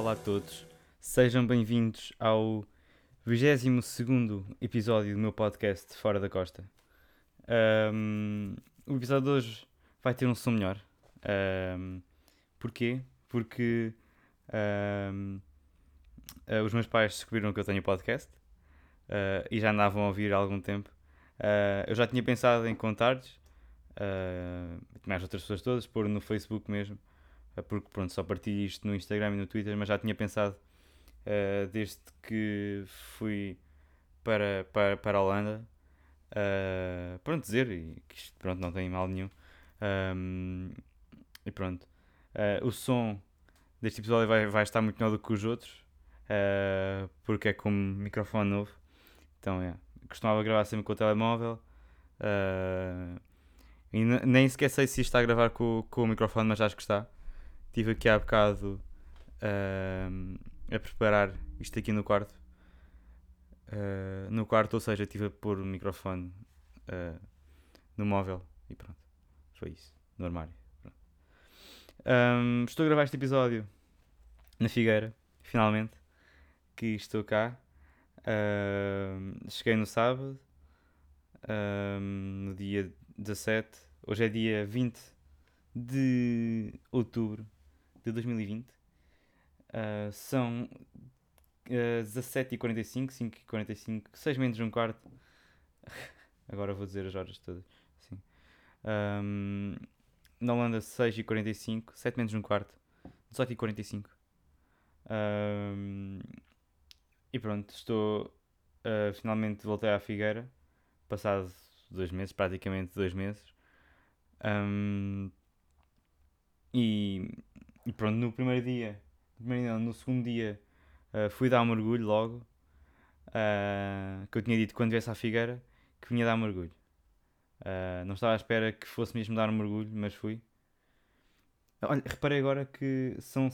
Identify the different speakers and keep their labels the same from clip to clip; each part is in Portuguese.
Speaker 1: Olá a todos, sejam bem-vindos ao 22º episódio do meu podcast Fora da Costa. O episódio de hoje vai ter um som melhor. Porquê? Porque os meus pais descobriram que eu tenho podcast e já andavam a ouvir há algum tempo. Eu já tinha pensado em contar-lhes, mais outras pessoas todas, pôr no Facebook mesmo, porque pronto, só partilho isto no Instagram e no Twitter, mas já tinha pensado desde que fui para a Holanda, pronto, dizer que isto pronto, não tem mal nenhum. E pronto, o som deste episódio vai estar muito melhor do que os outros, porque é com microfone novo. Então, costumava gravar sempre com o telemóvel. E nem sequer sei se isto está a gravar com o microfone, mas acho que está. Estive aqui há bocado a preparar isto aqui no quarto. Ou seja, estive a pôr o microfone no móvel e pronto. Foi isso, no armário. Estou a gravar este episódio na Figueira, finalmente, que estou cá. Cheguei no sábado, no dia 17. Hoje é dia 20 de outubro de 2020. São 17h45, 5h45, 6 menos um quarto. Agora vou dizer as horas todas. Sim. Na Holanda, 6h45, 7 menos um quarto, 18h45. E pronto, finalmente voltei à Figueira, passado 2 meses, praticamente 2 meses. E pronto, no primeiro dia, no segundo dia, fui dar um mergulho logo, que eu tinha dito quando viesse à Figueira que vinha dar um mergulho. Não estava à espera que fosse mesmo dar um mergulho, mas fui. Olha, reparei agora que são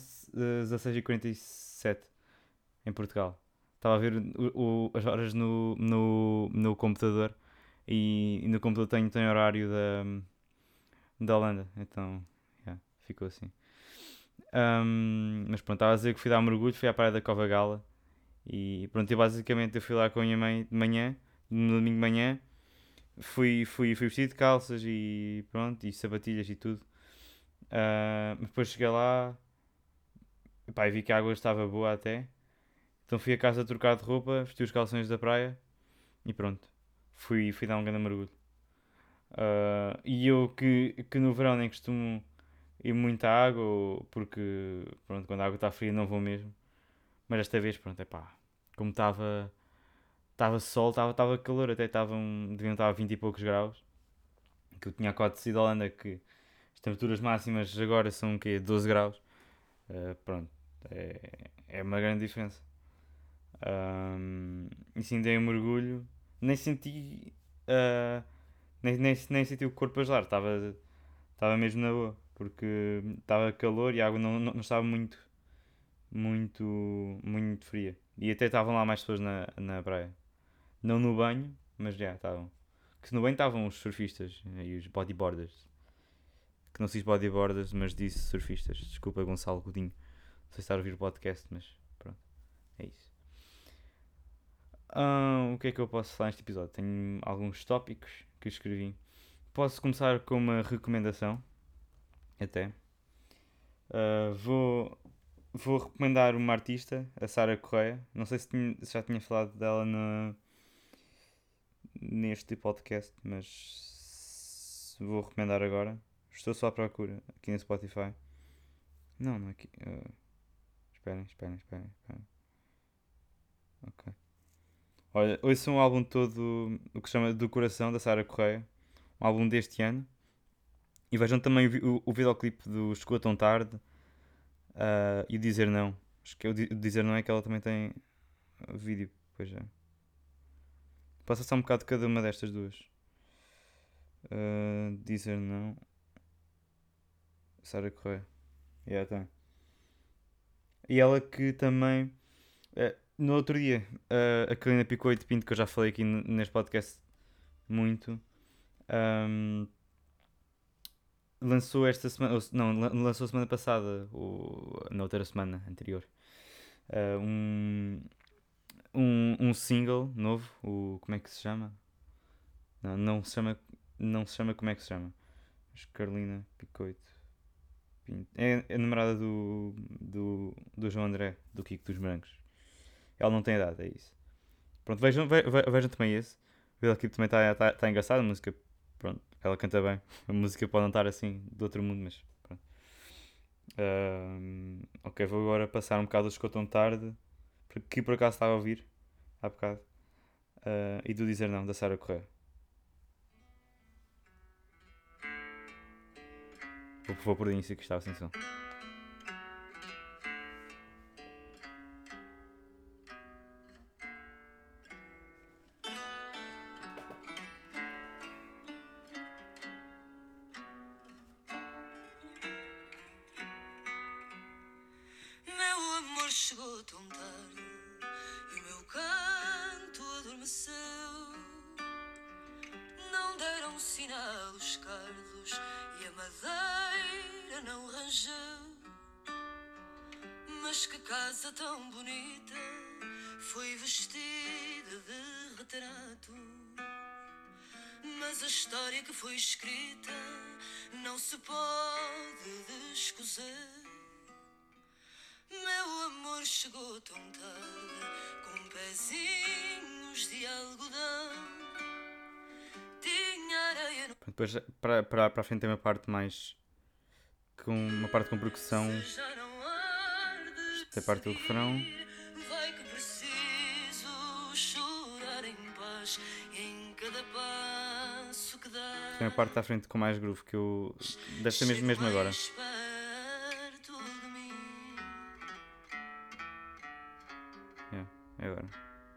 Speaker 1: 16h47 em Portugal. Estava a ver as horas no computador e no computador tem horário da Holanda, então ficou assim. Mas pronto, estava a dizer que fui dar um mergulho, fui à praia da Cova Gala e pronto, basicamente eu fui lá com a minha mãe de manhã, no domingo de manhã, fui vestido de calças e pronto, e sapatilhas e tudo. Depois cheguei lá, epá, e vi que a água estava boa até, então fui a casa trocar de roupa, vesti os calções da praia e pronto, fui dar um grande mergulho. E eu que no verão nem costumo ir muita água, porque pronto, quando a água está fria não vou mesmo. Mas desta vez, pronto, é pá, como estava sol, estava calor, até deviam estar a 20 e poucos graus. Que eu tinha acontecido a Holanda que as temperaturas máximas agora são o quê? 12 graus. Pronto, é uma grande diferença. E sim, dei um mergulho, nem senti. Nem senti o corpo a gelar, estava mesmo na boa, porque estava calor e a água não estava muito, muito fria. E até estavam lá mais pessoas na praia. Não no banho, mas já estavam. Que no banho estavam os surfistas e os bodyboarders. Que não se diz bodyboarders, mas disse surfistas. Desculpa, Gonçalo Godinho. Não sei se está a ouvir o podcast, mas pronto, é isso. O que é que eu posso falar neste episódio? Tenho alguns tópicos que escrevi. Posso começar com uma recomendação, até. Vou recomendar uma artista, a Sara Correia. Não sei se já tinha falado dela neste podcast, mas vou recomendar agora. Estou só à procura aqui no Spotify. Não é aqui. Esperem. Ok. Olha, ouçam um álbum todo, o que se chama Do Coração, da Sara Correia. Um álbum deste ano. E vejam também o videoclipe do Chegou Tão Tarde e o Dizer Não. Acho que o Dizer Não é que ela também tem vídeo. Pois já. Passa só um bocado de cada uma destas duas. Dizer Não. Sara Correia. Tem. E ela que também. No outro dia, a Carolina Picou de Pinto, que eu já falei aqui neste podcast muito, lançou esta semana. Não, lançou semana passada, ou na outra semana anterior. um, um single novo, como é que se chama? Não se chama, não se chama como é que se chama. Mas Carolina Picoito Pinto. É a namorada do João André, do Kiko dos Brancos. Ela não tem idade, é isso. Pronto, vejam também esse. O videoclipe também está engraçado, a música, pronto, ela canta bem. A música pode não estar assim do outro mundo, mas pronto. Ok, vou agora passar um bocado do Chegou Tão Tarde, que por acaso estava a ouvir há bocado. E do Dizer Não, da Sara Correia. Vou por início que estava sem som.
Speaker 2: Meu amor chegou tão tarde e o meu canto adormeceu. Não deram sinal os cardos e a madeira não rangeu. Mas que casa tão bonita foi vestida de retrato. Mas a história que foi escrita não se pode descozer. Meu amor chegou tão tarde, com pezinhos de algodão. Tinha areia no...
Speaker 1: Depois, para a frente tem uma parte mais... uma parte com percussão. Esta é a parte do refrão.
Speaker 2: Vai que preciso chorar em paz em cada passo que dá.
Speaker 1: Tem a parte da frente com mais groove que eu... Deve ser mesmo agora. É agora.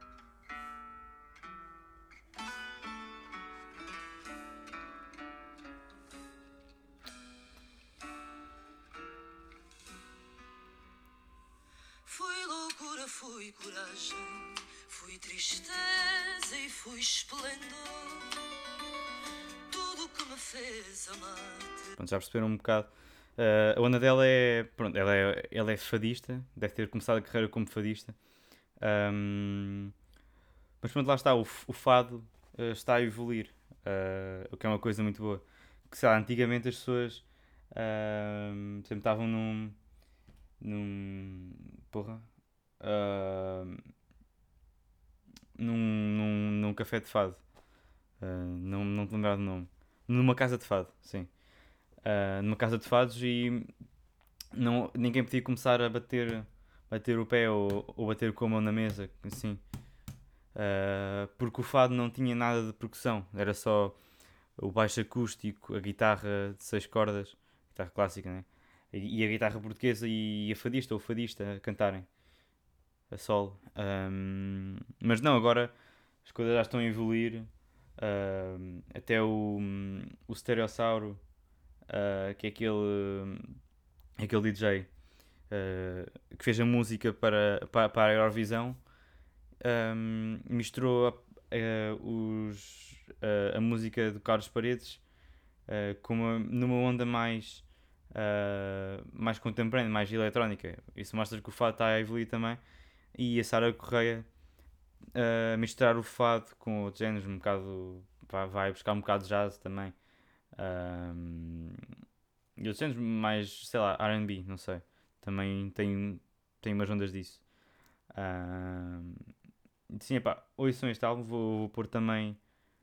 Speaker 2: Fui loucura, fui coragem, fui tristeza e fui esplendor. Tudo que me fez amar-te.
Speaker 1: Pronto, já perceberam um bocado. A onda dela é... Pronto, ela é fadista. Deve ter começado a carreira como fadista. Mas pronto, lá está. O fado está a evoluir. O que é uma coisa muito boa. Que sei lá, antigamente as pessoas sempre estavam porra, num café de fado. Não te lembrar do nome. Numa casa de fado, sim. Numa casa de fados e ninguém podia começar a bater o pé ou bater com a mão na mesa, assim. Porque o fado não tinha nada de percussão. Era só o baixo acústico, a guitarra de 6 cordas, guitarra clássica, né? E a guitarra portuguesa e a fadista ou o fadista a cantarem a solo. Mas não, agora as coisas já estão a evoluir. Até o Stereossauro, que é aquele DJ que fez a música para a Eurovisão, misturou a música do Carlos Paredes numa onda mais contemporânea, mais eletrónica. Isso mostra que o fado está a evoluir também. E a Sara Correia misturar o fado com outros géneros, um bocado, vai buscar um bocado de jazz também. E outros géneros mais, sei lá, R&B, não sei. Também tem umas ondas disso. Sim, epá, ouçam este álbum, vou pôr também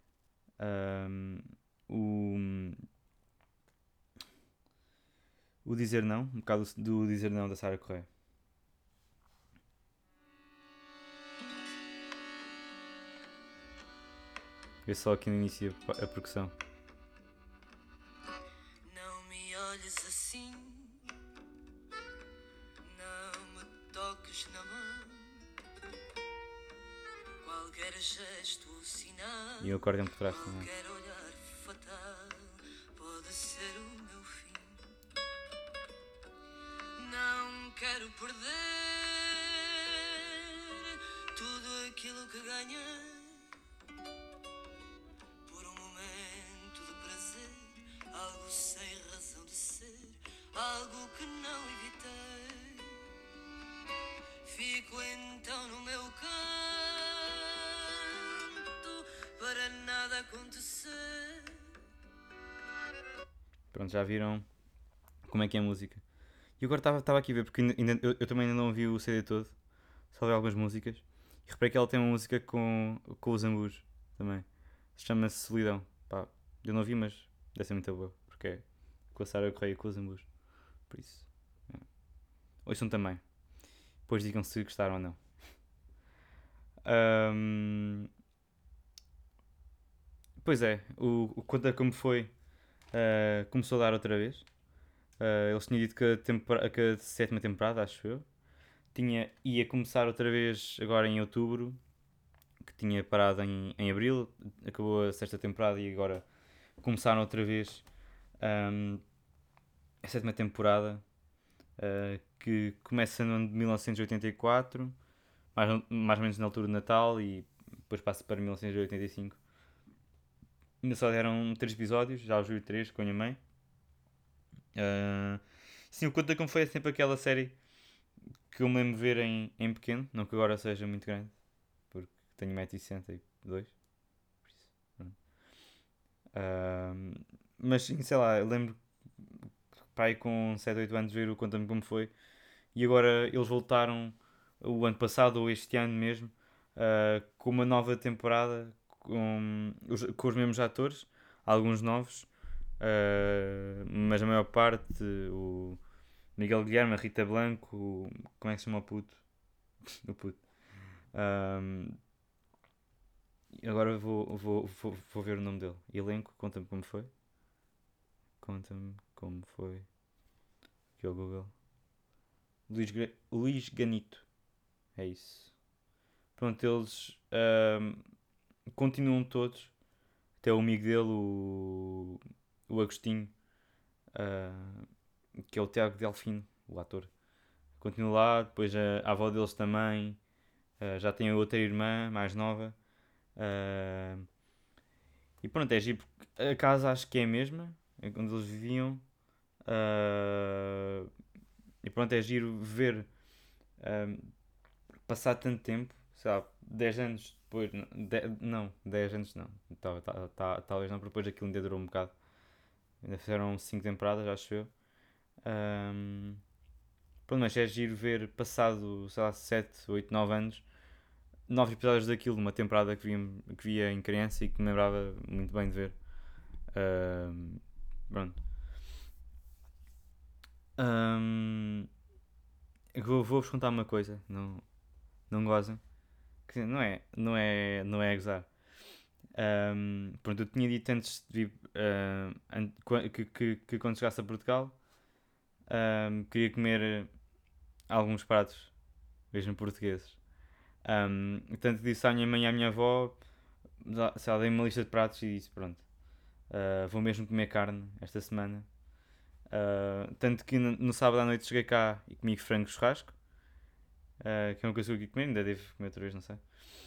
Speaker 1: o Dizer Não, um bocado do Dizer Não da Sara Correia. Vê só aqui no início a percussão.
Speaker 2: Não me olhes assim, não me toques na mão. Qualquer gesto ou sinal,
Speaker 1: E o acordeão por trás também.
Speaker 2: qualquer olhar fatal pode ser o meu fim. Não quero perder tudo aquilo que ganhei por um momento de prazer, algo sem razão de ser, algo que não evitei. fico então no meu canto para nada acontecer.
Speaker 1: Pronto, já viram como é que é a música. E agora estava aqui a ver, porque eu também ainda não ouvi o CD todo, só vi algumas músicas. E reparei que ela tem uma música com os Zambus também. Chama-se Solidão. Pá, eu não vi, mas deve ser muito boa, porque é com a Sara Correia e com os Zambus. Por isso, é. Ouçam também. Depois digam se gostaram ou não. Pois é, o Conta Como Foi começou a dar outra vez. Eles tinham dito que a sétima temporada, acho eu, ia começar outra vez agora em outubro, que tinha parado em abril, acabou a sexta temporada e agora começaram outra vez a sétima temporada, que começa no ano de 1984, mais ou menos na altura do Natal, e depois passa para 1985. Ainda só deram 3 episódios, já os vi 3 com a minha mãe. Sim, o Conta Como Foi é sempre aquela série que eu me lembro de ver em pequeno, não que agora seja muito grande, porque tenho 1,62m, por isso, pronto. Mas sim, sei lá, eu lembro pai com 7, 8 anos ver o Conta-me Como Foi, e agora eles voltaram o ano passado ou este ano mesmo, com uma nova temporada com os mesmos atores, alguns novos, mas a maior parte, o Miguel Guilherme, a Rita Blanco, como é que se chama o puto? O puto. Agora vou ver o nome dele. Elenco, conta-me como foi. Conta-me como foi. Aqui é o Google. Luís Ganito. É isso. Pronto, eles continuam todos. Até o amigo dele, o Agostinho, que é o Tiago Delfino, o ator. Continua lá. Depois a avó deles também. Já tem outra irmã mais nova. E pronto, é giro porque a casa acho que é a mesma, onde eles viviam. E pronto, é giro ver passar tanto tempo, sei lá, 10 anos depois. Não, 10 anos não. Talvez não, porque depois aquilo ainda durou um bocado. Ainda fizeram 5 temporadas, acho eu. Pronto, mas é giro ver passado, sei lá, 7, 8, 9 anos, 9 episódios daquilo, uma temporada que via em criança e que me lembrava muito bem de ver. Pronto. Vou-vos contar uma coisa, não gozem. Não é a gozar. Pronto, eu tinha dito antes de vir, que quando chegasse a Portugal, queria comer alguns pratos, mesmo portugueses. Tanto disse à minha mãe e à minha avó, sei lá, dei uma lista de pratos e disse: pronto, vou mesmo comer carne esta semana. Tanto que no sábado à noite cheguei cá e comi frango churrasco, que é uma coisa que eu queria comer, ainda devo comer outra vez, não sei.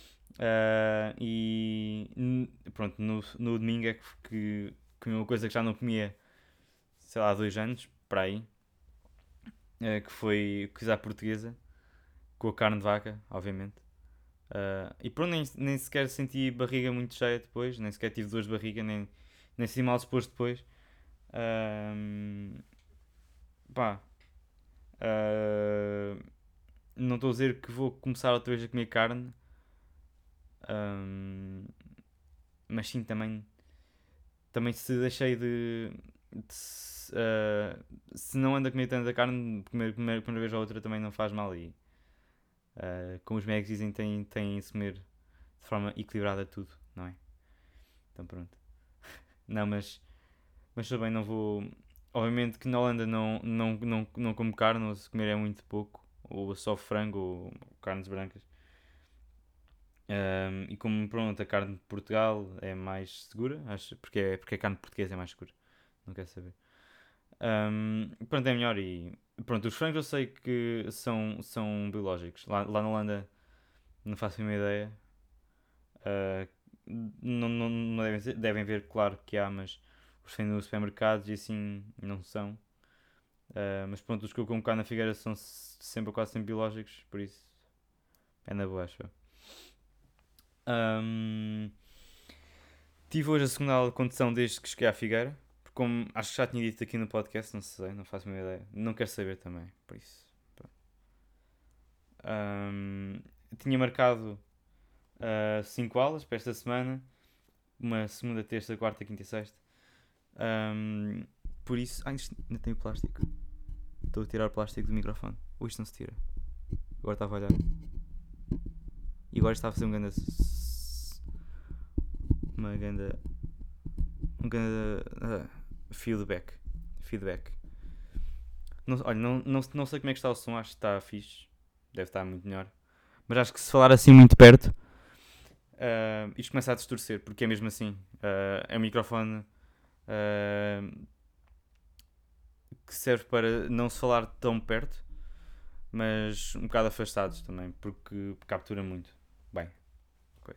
Speaker 1: E pronto, no domingo é que comi uma coisa que já não comia, sei lá, há 2 anos, para aí, que foi coisa à portuguesa, com a carne de vaca, obviamente. E pronto, nem sequer senti barriga muito cheia depois, nem sequer tive dores de barriga, nem senti mal disposto depois. Pá, não estou a dizer que vou começar outra vez a comer carne, mas sim também se deixei se não ando a comer tanta carne, comer uma vez ou outra também não faz mal. E como os médicos dizem, tem de se comer de forma equilibrada tudo, não é? Então pronto. Não, mas também não vou. Obviamente que na Holanda não como carne, ou se comer é muito pouco, ou só frango ou carnes brancas. E como pronto, a carne de Portugal é mais segura, acho, porque a carne portuguesa é mais segura, não quero saber. Pronto, é melhor e pronto, os frangos eu sei que são biológicos. Lá na Holanda não faço a mínima ideia. Não devem ver, claro que há, mas os que têm nos supermercados e assim não são. Mas pronto, os que eu como cá na Figueira são sempre quase sempre biológicos, por isso É na boa, acho eu. Tive hoje a segunda aula de condução desde que cheguei à Figueira. Porque como acho que já tinha dito aqui no podcast, não sei, não faço a minha ideia. Não quero saber também, por isso. Tinha marcado 5 aulas para esta semana. Uma segunda, terça, quarta, quinta e sexta. Por isso... isto ainda tem o plástico. Estou a tirar o plástico do microfone. Ou isto não se tira. Agora estava a olhar. E agora está a fazer um grande... Um grande... feedback. Olha, não sei como é que está o som. Acho que está fixe. Deve estar muito melhor. Mas acho que se falar assim muito perto... isto começa a distorcer. Porque é mesmo assim. É um microfone... que serve para não se falar tão perto, mas um bocado afastados também, porque captura muito bem coisa.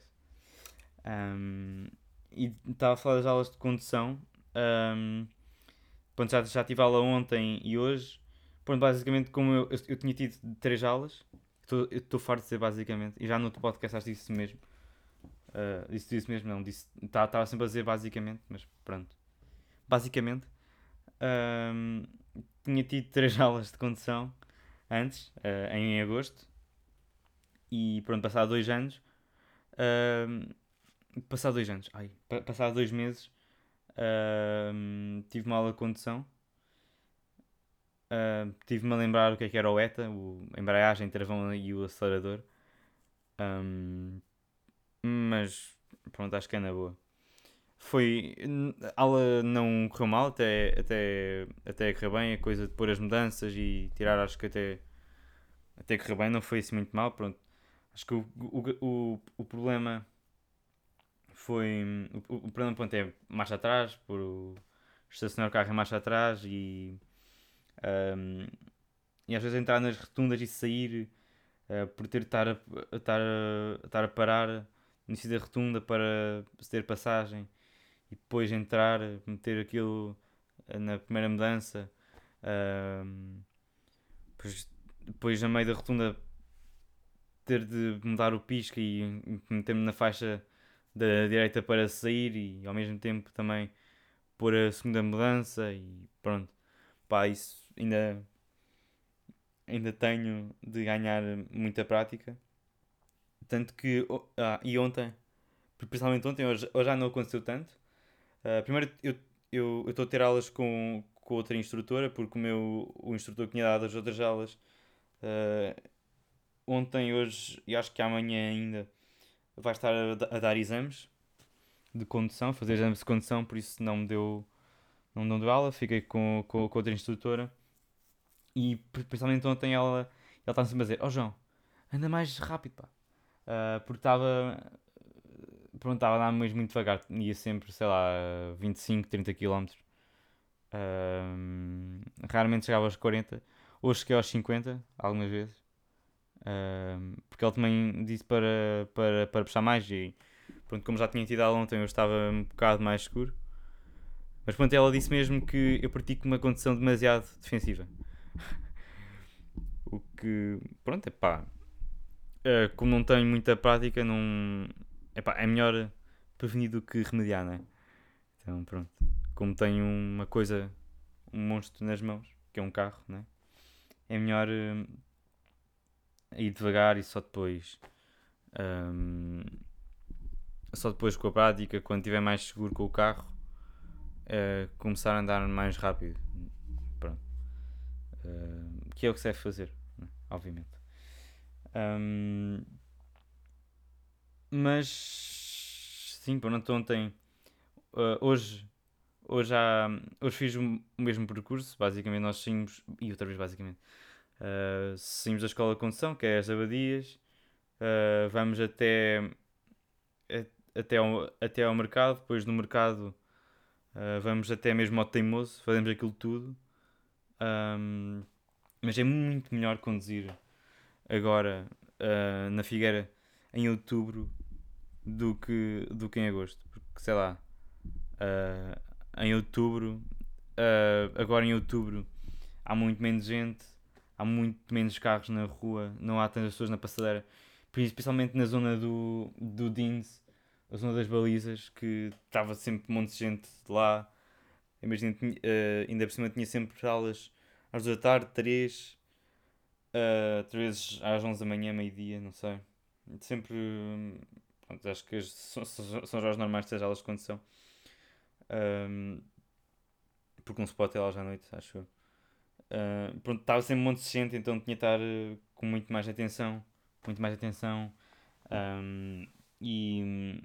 Speaker 1: E estava a falar das aulas de condução. Pronto, já tive aula ontem e hoje. Pronto, basicamente, como eu tinha tido 3 aulas, eu estou farto de dizer basicamente, e já no outro podcast acho que disse mesmo. Disse mesmo, não, estava sempre a dizer basicamente, mas pronto. Basicamente, tinha tido 3 aulas de condução antes, em agosto, e pronto, passado 2 anos, passado 2 meses, tive uma aula de condução. Tive-me a lembrar o que era o ETA, a embreagem, o travão e o acelerador. Mas pronto, acho que é na boa. A aula não correu mal, até correu bem. A coisa de pôr as mudanças e tirar, acho que até correu bem, não foi assim muito mal. Pronto. Acho que o problema foi. O problema, pronto, é marcha atrás, por estacionar o carro em marcha atrás e às vezes entrar nas rotundas e sair por ter de estar a parar no início da rotunda para ter passagem e depois entrar, meter aquilo na primeira mudança, depois a meio da rotunda ter de mudar o pisca e meter-me na faixa da direita para sair e ao mesmo tempo também pôr a segunda mudança e pronto. Pá, isso ainda tenho de ganhar muita prática. Tanto que, e ontem, principalmente ontem, hoje já não aconteceu tanto. Primeiro, eu estou a ter aulas com outra instrutora, porque o instrutor que tinha dado as outras aulas ontem, hoje e acho que amanhã ainda vai estar a dar exames de condução, fazer exames de condução, por isso não me deu aula, fiquei com outra instrutora. E principalmente ontem ela estava sempre a dizer: João, anda mais rápido, pá. Porque estava a andar mesmo muito devagar, ia sempre, sei lá, 25, 30 km. Raramente chegava aos 40. Hoje cheguei aos 50, algumas vezes. Porque ele também disse para puxar mais e pronto, como já tinha tido aula ontem, eu estava um bocado mais seguro. Mas pronto, ela disse mesmo que eu pratico uma condução demasiado defensiva. O que, pronto, é pá. Como não tenho muita prática, não. Epá, é melhor prevenir do que remediar, não é? Então, pronto. Como tenho uma coisa, um monstro nas mãos, que é um carro, não é? É melhor ir devagar e só depois com a prática, quando estiver mais seguro com o carro, começar a andar mais rápido. Pronto. Que é o que se deve fazer, né? Obviamente. Mas sim, pronto, ontem hoje fiz o mesmo percurso. Basicamente nós saímos, e outra vez basicamente saímos da escola de condução, que é as Abadias, vamos até ao mercado. Depois no mercado vamos até mesmo ao Teimoso, fazemos aquilo tudo. Mas é muito melhor conduzir agora na Figueira em outubro do que em agosto, porque sei lá, em outubro, agora em outubro há muito menos gente, há muito menos carros na rua, não há tantas pessoas na passadeira, principalmente na zona do Deans, a zona das balizas, que estava sempre um monte de gente lá. Imagina, ainda por cima tinha sempre aulas às 2 da tarde, 3, 3 às 11 da manhã, meio-dia, não sei. Sempre, pronto, acho que são já os normais das aulas de condução. Ahm, porque não se pode ter aulas à noite, acho eu. Pronto, estava sempre um monte de gente, então tinha de estar com muito mais atenção. Muito mais atenção. ahm, e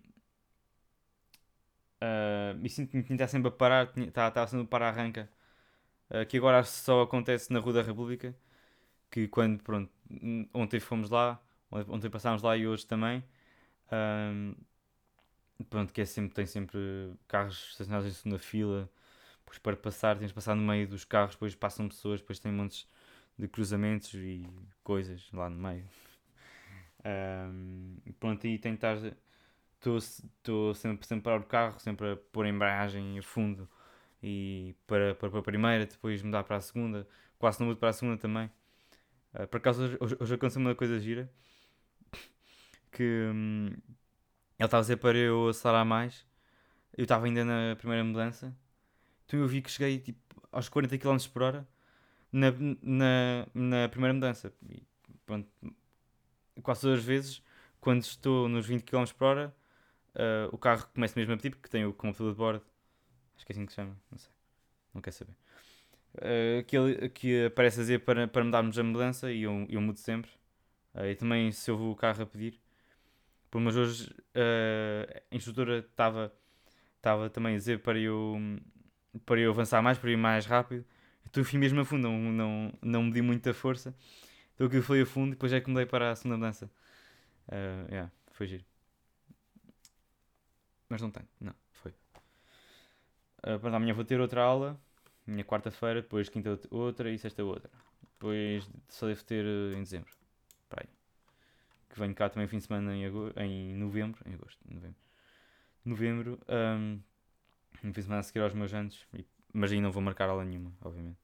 Speaker 1: e sim, tinha de estar sempre a parar, estava sempre a parar a arranca. Que agora acho que só acontece na Rua da República. Que quando, pronto, ontem fomos lá, ontem passámos lá e hoje também. ahm, Pronto, que é sempre, tem sempre carros estacionados em segunda fila. Depois para passar, tens de passar no meio dos carros, depois passam pessoas, depois tem montes de cruzamentos e coisas lá no meio. Pronto, aí tem de estar. Estou sempre a parar o carro, sempre a pôr a embreagem a fundo e para a primeira, depois mudar para a segunda. Quase não mudo para a segunda também. Por acaso hoje aconteceu uma coisa gira que ele estava a dizer para eu acelerar mais. Eu estava ainda na primeira mudança, então eu vi que cheguei tipo, aos 40 km por hora na primeira mudança. E, pronto, quase todas as vezes, quando estou nos 20 km por hora, o carro começa mesmo a pedir, porque tem o computador de bordo. Acho que é assim que se chama, não sei, não quer saber. Que aparece a dizer para mudarmos a mudança e eu mudo sempre. E também se eu vou o carro a pedir. Mas hoje a instrutora estava também a dizer para eu avançar mais, para ir mais rápido. Então eu fui mesmo a fundo, não medi muita força. Então aquilo foi a fundo e depois é que mudei para a segunda mudança. Foi giro. Mas não tenho, não, foi. Pronto, amanhã vou ter outra aula, minha quarta-feira, depois quinta outra e sexta outra. Depois só devo ter em dezembro, para aí. Que venho cá também fim de semana em novembro, em agosto, novembro, no fim de semana a seguir aos meus anos, mas aí não vou marcar aula nenhuma, obviamente.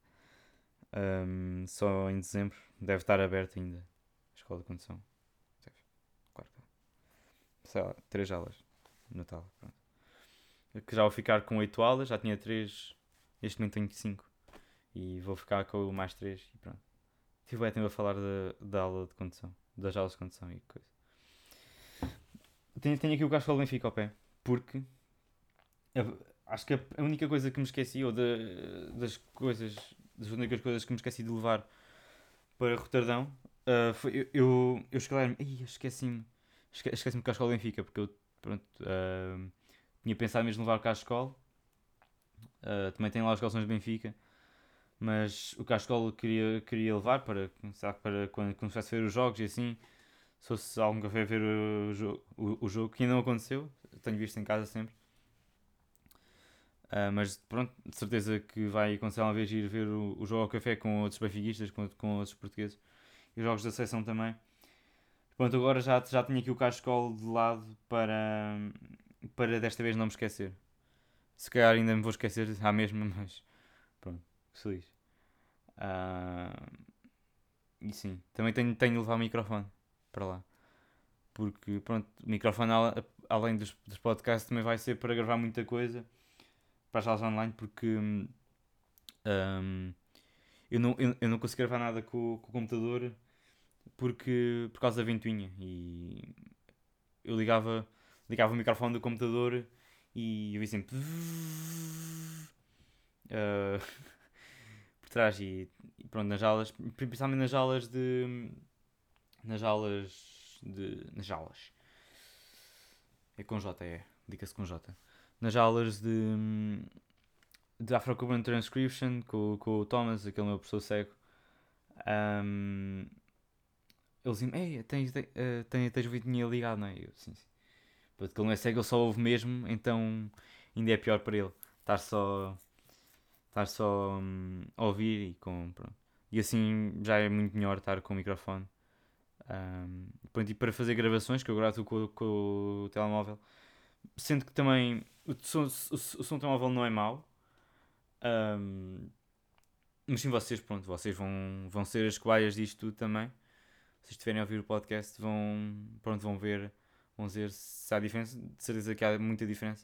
Speaker 1: Só em dezembro, deve estar aberto ainda a escola de condução. Claro que sei lá, 3 aulas no Natal, pronto. Que já vou ficar com 8 aulas, já tinha 3, este momento tenho 5 e vou ficar com mais 3 e pronto. Estive bem tempo a falar da aula de condução, das aulas de condução e coisa. Tenho aqui o Cascal do Benfica ao pé, porque acho que a única coisa que me esqueci, ou das únicas coisas que me esqueci de levar para Roterdão, foi eu cheguei lá e esqueci-me do Cascal do Benfica, porque eu pronto, tinha pensado mesmo levar o Cascal. Também tem lá os calções de Benfica, mas o Cascola queria levar para quando começasse a ver os jogos e assim, se fosse algum café a ver o jogo, que ainda não aconteceu, tenho visto em casa sempre. Mas pronto, de certeza que vai acontecer uma vez ir ver o jogo ao café com outros benfiquistas, com outros portugueses e os jogos da seleção também. Pronto, agora já tenho aqui o Cascola de lado para desta vez não me esquecer. Se calhar ainda me vou esquecer à mesma, mas pronto, feliz. E sim, também tenho de levar o microfone para lá. Porque, pronto, o microfone, além dos podcasts, também vai ser para gravar muita coisa para as aulas online. Porque eu não consigo gravar nada com o computador por causa da ventoinha. E eu ligava o microfone do computador e eu vi sempre por trás e pronto, nas aulas, principalmente nas aulas é com J, diga-se com J, nas aulas de Afro-Cuban Transcription com o Thomas, aquele meu professor cego. Eles diziam, ei, tens o vidinho ligado, não é? Eu, sim. Porque ele não é cego, ele só ouve mesmo, então ainda é pior para ele estar só a ouvir pronto. E assim já é muito melhor estar com o microfone. Pronto, e para fazer gravações, que eu gravo com o telemóvel, sendo que também o som do telemóvel não é mau. Mas sim, vocês vão ser as cobaias disto tudo também. se estiverem a ouvir o podcast, vão ver se há diferença. De certeza que há muita diferença.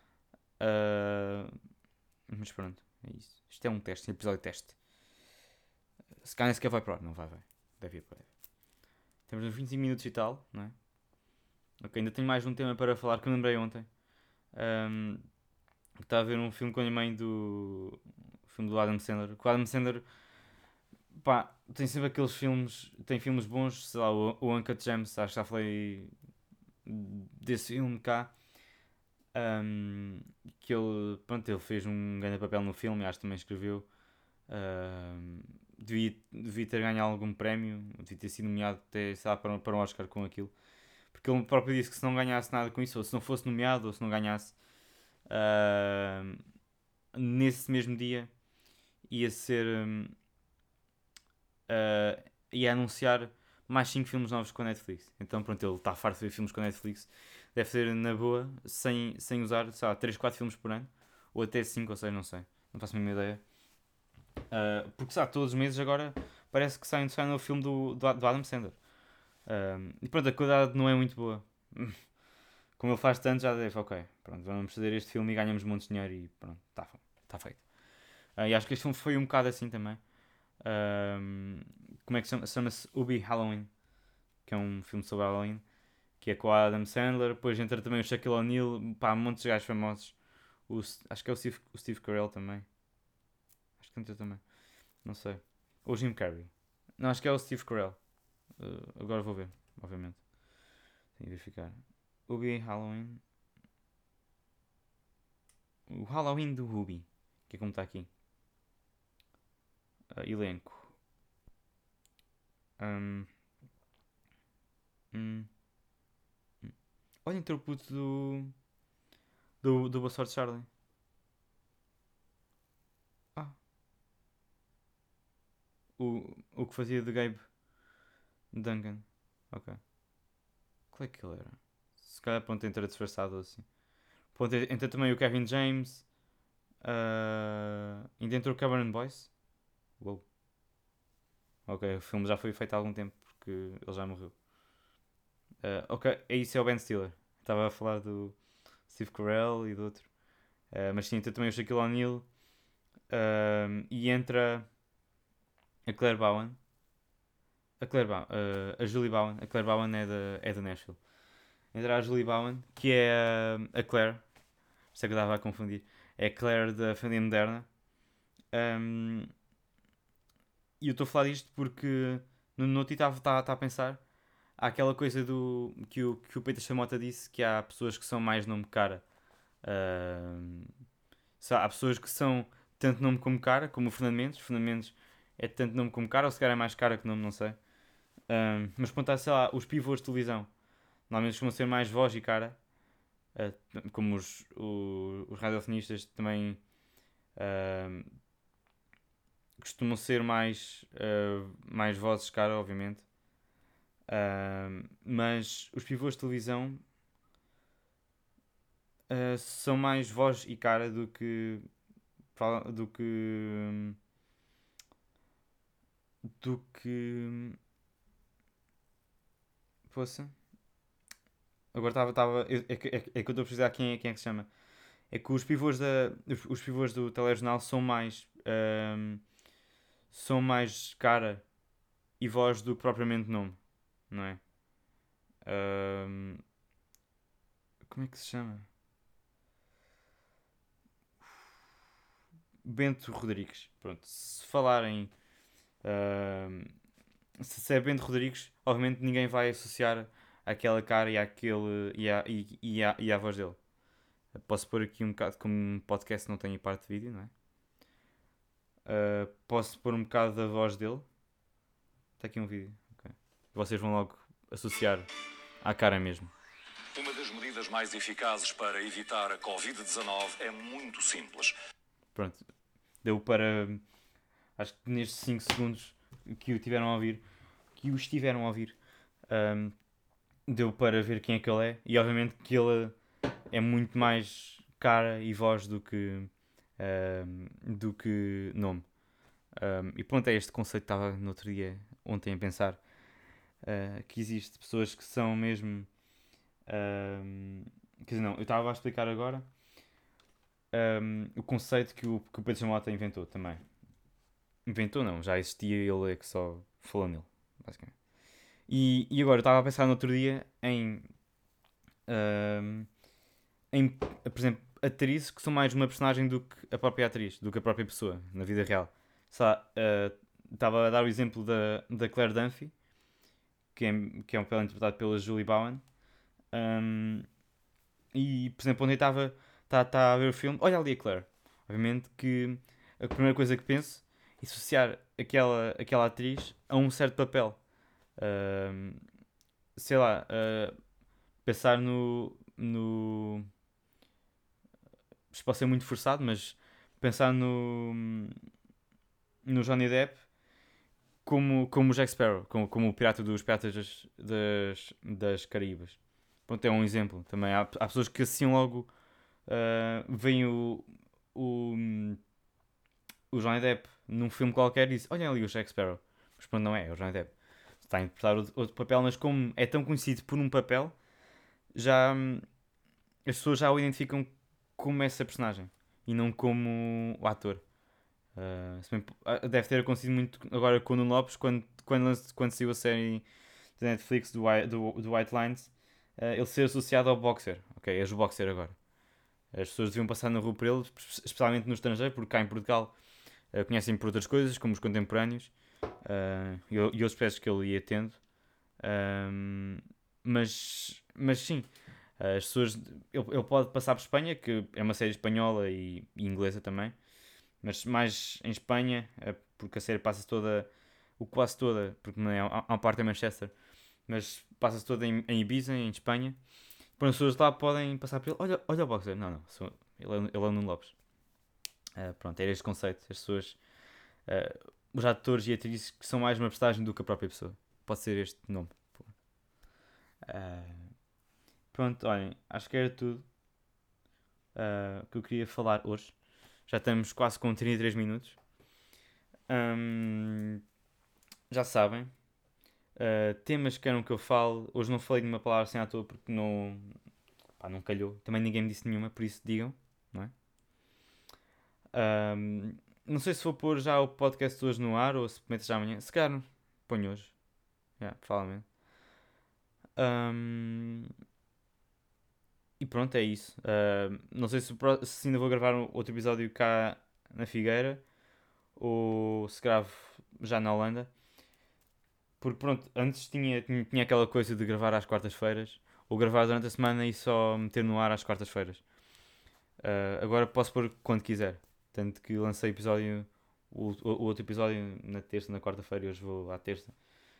Speaker 1: Mas pronto, é isso. Isto é um teste, um episódio de teste. Se calhar nem sequer vai para o ar. Não vai. Deve ir para o ar. Temos uns 25 minutos e tal, não é? Ok, ainda tenho mais um tema para falar que eu lembrei ontem. Estava a ver um filme com a minha mãe do filme do Adam Sandler. O Adam Sandler, pá, tem sempre aqueles filmes, tem filmes bons, sei lá, o Uncut Gems, acho que já falei desse filme cá. Que ele fez um grande papel no filme, acho que também escreveu. Devia ter ganho algum prémio, devia ter sido nomeado até, sei lá, para um Oscar com aquilo. Porque ele próprio disse que se não ganhasse nada com isso, ou se não fosse nomeado, ou se não ganhasse, nesse mesmo dia ia ser. Ia anunciar mais 5 filmes novos com a Netflix. Então pronto, ele está farto de ver filmes com a Netflix. Deve ser na boa, sem usar, sei lá, 3, 4 filmes por ano. Ou até 5 ou 6, não sei. Não faço a mínima ideia. Porque sabe, todos os meses agora parece que sai um novo filme do Adam Sandler. E pronto, a qualidade não é muito boa. Como ele faz tanto, já deve, ok, pronto, vamos fazer este filme e ganhamos montes de dinheiro e pronto, está feito. E acho que este filme foi um bocado assim também. Como é que se chama? Chama-se Ubi Halloween, que é um filme sobre Halloween, que é com o Adam Sandler. Depois entra também o Shaquille O'Neal, pá, montes de gajos famosos. Acho que é o Steve Carell também. Acho que entra também, não sei. Ou o Jim Carrey. Não, acho que é o Steve Carell. Agora vou ver, obviamente. Tenho de verificar. Ubi Halloween. O Halloween do Ubi, que é como está aqui. Elenco. Um, hum, hum. Olha, entrou o puto do Boa Sorte Charlie. Ah, o que fazia de Gabe Duncan. Ok. Qual é que ele era? Se calhar pronto, entra disfarçado ou assim. Pronto, entra também o Kevin James. Ainda entrou o Cameron Boyce. Uou. Ok, o filme já foi feito há algum tempo porque ele já morreu. Ok, isso é o Ben Stiller. Estava a falar do Steve Carell e do outro. Mas sim, entra também o Shaquille O'Neal. E entra a Claire Bowen. A Julie Bowen. A Claire Bowen é da Nashville. Entra a Julie Bowen, que é a Claire. Isto é que eu estava a confundir. É a Claire da família moderna. E eu estou a falar disto porque no Noti está a pensar. Há aquela coisa que o Peter Chamota disse, que há pessoas que são mais nome cara. Há pessoas que são tanto nome como cara, como o Fernando Mendes. O Fernando Mendes é tanto nome como cara, ou se calhar é mais cara que nome, não sei. Mas pronto, há, sei lá, os pivôs de televisão. Normalmente costumam ser mais voz e cara. Como os radiofonistas também costumam ser mais vozes cara, obviamente. Mas os pivôs de televisão são mais voz e cara do que do que poça. Agora estava é que eu estou a precisar quem é que se chama. É que os pivôs do telejornal são mais cara e voz do que propriamente nome, não é? Como é que se chama? Bento Rodrigues. Pronto, se falarem se é Bento Rodrigues, obviamente ninguém vai associar aquela cara e à voz dele. Posso pôr aqui um bocado, como um podcast não tem parte de vídeo, não é? Posso pôr um bocado da voz dele. Está aqui um vídeo. Okay. Vocês vão logo associar à cara mesmo.
Speaker 3: Uma das medidas mais eficazes para evitar a Covid-19 é muito simples.
Speaker 1: Pronto. Deu para... Acho que nestes 5 segundos que o estiveram a ouvir, deu para ver quem é que ele é. E obviamente que ele é muito mais cara e voz do que nome. E pronto, é este conceito que estava no outro dia, ontem, a pensar. que existe pessoas que são mesmo. Quer dizer, não, eu estava a explicar agora o conceito que o Pedro Chamota inventou também. Inventou não, já existia, ele é que só falou nele, basicamente. E agora, eu estava a pensar no outro dia por exemplo, atrizes que são mais uma personagem do que a própria atriz, do que a própria pessoa, na vida real. Estava a dar o exemplo da Claire Dunphy, que é um papel interpretado pela Julie Bowen. E, por exemplo, onde eu estava a ver o filme, olha ali a Claire. Obviamente que a primeira coisa que penso é associar aquela atriz a um certo papel. Ahm, Sei lá, pensar isto pode ser muito forçado, mas pensar no Johnny Depp como o Jack Sparrow, como o pirata dos Piratas das Caraíbas. Pronto, é um exemplo. Também há pessoas que assim logo veem o, o Johnny Depp num filme qualquer e dizem: olha ali o Jack Sparrow. Mas pronto, não é o Johnny Depp. Está a interpretar outro papel, mas como é tão conhecido por um papel, já as pessoas já o identificam como essa personagem e não como o ator. Deve ter acontecido muito agora com o Nuno Lopes quando saiu a série da Netflix do White Lines, ele ser associado ao boxer. Ok, és o boxer agora. As pessoas deviam passar na rua por ele, especialmente no estrangeiro, porque cá em Portugal conhecem por outras coisas, como os contemporâneos e outros projetos que ele ia tendo. Mas sim, as pessoas. Ele pode passar por Espanha, que é uma série espanhola e inglesa também, mas mais em Espanha, porque a série passa toda, o quase toda, porque não é, há uma parte em Manchester, mas passa-se toda em Ibiza, em Espanha. Quando as pessoas lá podem passar por ele, olha o boxer. Não, não, ele é o Nuno Lopes. Pronto, era este conceito. As pessoas, os atores e atrizes que são mais uma personagem do que a própria pessoa. Pode ser este nome. Uh, Pronto, olhem, acho que era tudo que eu queria falar hoje. Já estamos quase com 33 minutos. Já sabem. Temas que queiram que eu fale. Hoje não falei de uma palavra sem à toa porque não calhou. Também ninguém me disse nenhuma, por isso digam, não é? Não sei se vou pôr já o podcast de hoje no ar ou se meto já amanhã. Se calhar ponho hoje. Provavelmente. E pronto, é isso. Não sei se ainda vou gravar outro episódio cá na Figueira ou se gravo já na Holanda. Porque pronto, antes tinha aquela coisa de gravar às quartas-feiras ou gravar durante a semana e só meter no ar às quartas-feiras. Agora posso pôr quando quiser. Tanto que lancei o outro episódio na terça, na quarta-feira e hoje vou à terça.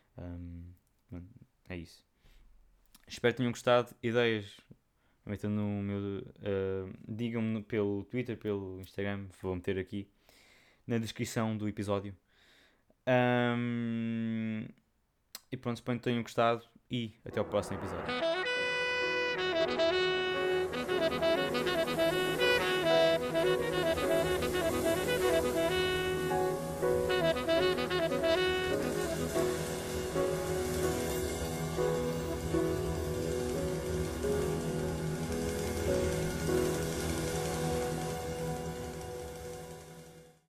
Speaker 1: É isso. Espero que tenham gostado. Ideias, metam no meu. Digam-me pelo Twitter, pelo Instagram. Vou meter aqui na descrição do episódio. E pronto, espero que tenham gostado e até ao próximo episódio.